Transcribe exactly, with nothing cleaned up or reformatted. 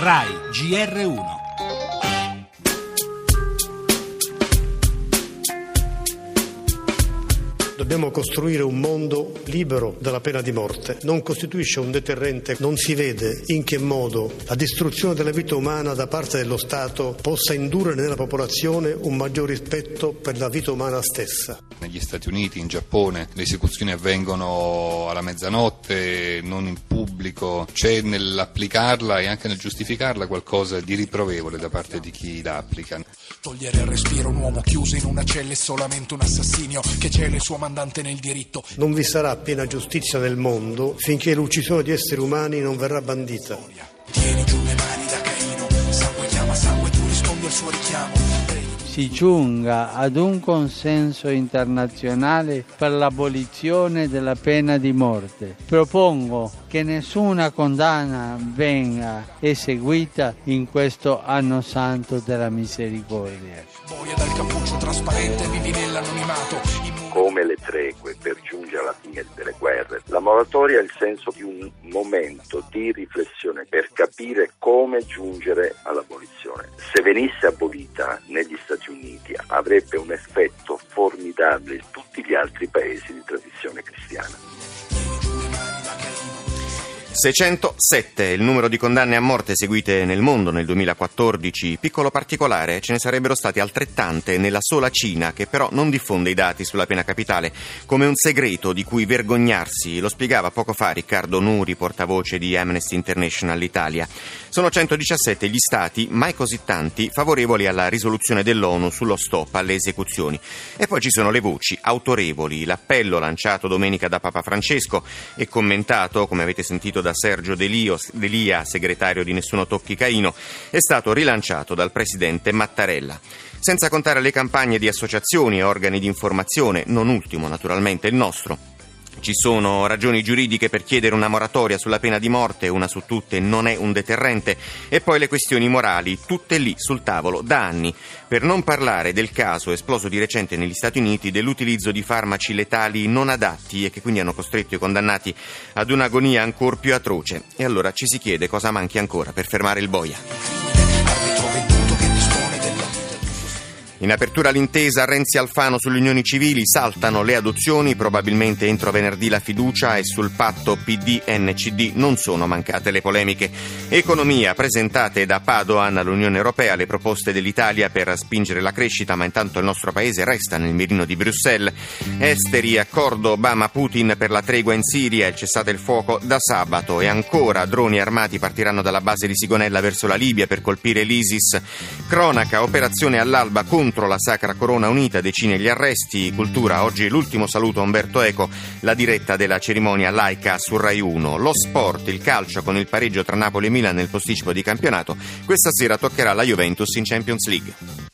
Rai G R uno. Dobbiamo costruire un mondo libero dalla pena di morte. Non costituisce un deterrente, non si vede in che modo la distruzione della vita umana da parte dello Stato possa indurre nella popolazione un maggior rispetto per la vita umana stessa. Negli Stati Uniti, in Giappone, le esecuzioni avvengono alla mezzanotte, non in pubblico. C'è nell'applicarla e anche nel giustificarla qualcosa di riprovevole da parte di chi la applica. Togliere il respiro, un uomo chiuso in una cella è solamente un assassinio che cela il suo mandante nel diritto. Non vi sarà piena giustizia nel mondo finché l'uccisione di esseri umani non verrà bandita. Tieni giù le mani da Caino, sangue chiama sangue, tu rispondi al suo richiamo. Si giunga ad un consenso internazionale per l'abolizione della pena di morte. Propongo che nessuna condanna venga eseguita in questo anno santo della misericordia. Boia dal cappuccio trasparente, vivi nell'anonimato. Come le tregue per giungere alla fine delle guerre, la moratoria ha il senso di un momento di riflessione per capire come giungere all'abolizione. Se venisse abolita negli Stati Uniti avrebbe un effetto formidabile in tutti gli altri paesi di tradizione cristiana. seicentosette il numero di condanne a morte eseguite nel mondo nel duemilaquattordici. Piccolo particolare, ce ne sarebbero state altrettante nella sola Cina, che però non diffonde i dati sulla pena capitale come un segreto di cui vergognarsi. Lo spiegava poco fa Riccardo Nuri, portavoce di Amnesty International Italia. Sono centodiciassette gli stati, mai così tanti, favorevoli alla risoluzione dell'ONU sullo stop alle esecuzioni. E poi ci sono le voci autorevoli. L'appello lanciato domenica da Papa Francesco e commentato, come avete sentito, da Sergio Delio, Delia, segretario di Nessuno Tocchi Caino, è stato rilanciato dal presidente Mattarella. Senza contare le campagne di associazioni e organi di informazione, non ultimo naturalmente il nostro. Ci sono ragioni giuridiche per chiedere una moratoria sulla pena di morte, una su tutte non è un deterrente, e poi le questioni morali, tutte lì sul tavolo da anni, per non parlare del caso esploso di recente negli Stati Uniti dell'utilizzo di farmaci letali non adatti e che quindi hanno costretto i condannati ad un'agonia ancor più atroce. E allora ci si chiede cosa manchi ancora per fermare il boia. In apertura l'intesa Renzi-Alfano sulle unioni civili, saltano le adozioni, probabilmente entro venerdì la fiducia, e sul patto P D N C D non sono mancate le polemiche. Economia, presentate da Padoan all'Unione Europea le proposte dell'Italia per spingere la crescita, ma intanto il nostro paese resta nel mirino di Bruxelles. Esteri, accordo Obama-Putin per la tregua in Siria, il cessate il fuoco da sabato, e ancora droni armati partiranno dalla base di Sigonella verso la Libia per colpire l'ISIS. Cronaca, operazione all'alba contro la Sacra Corona Unita, decine gli arresti. Cultura, oggi l'ultimo saluto a Umberto Eco, la diretta della cerimonia laica su Rai uno. Lo sport, il calcio con il pareggio tra Napoli e Milan nel posticipo di campionato. Questa sera toccherà la Juventus in Champions League.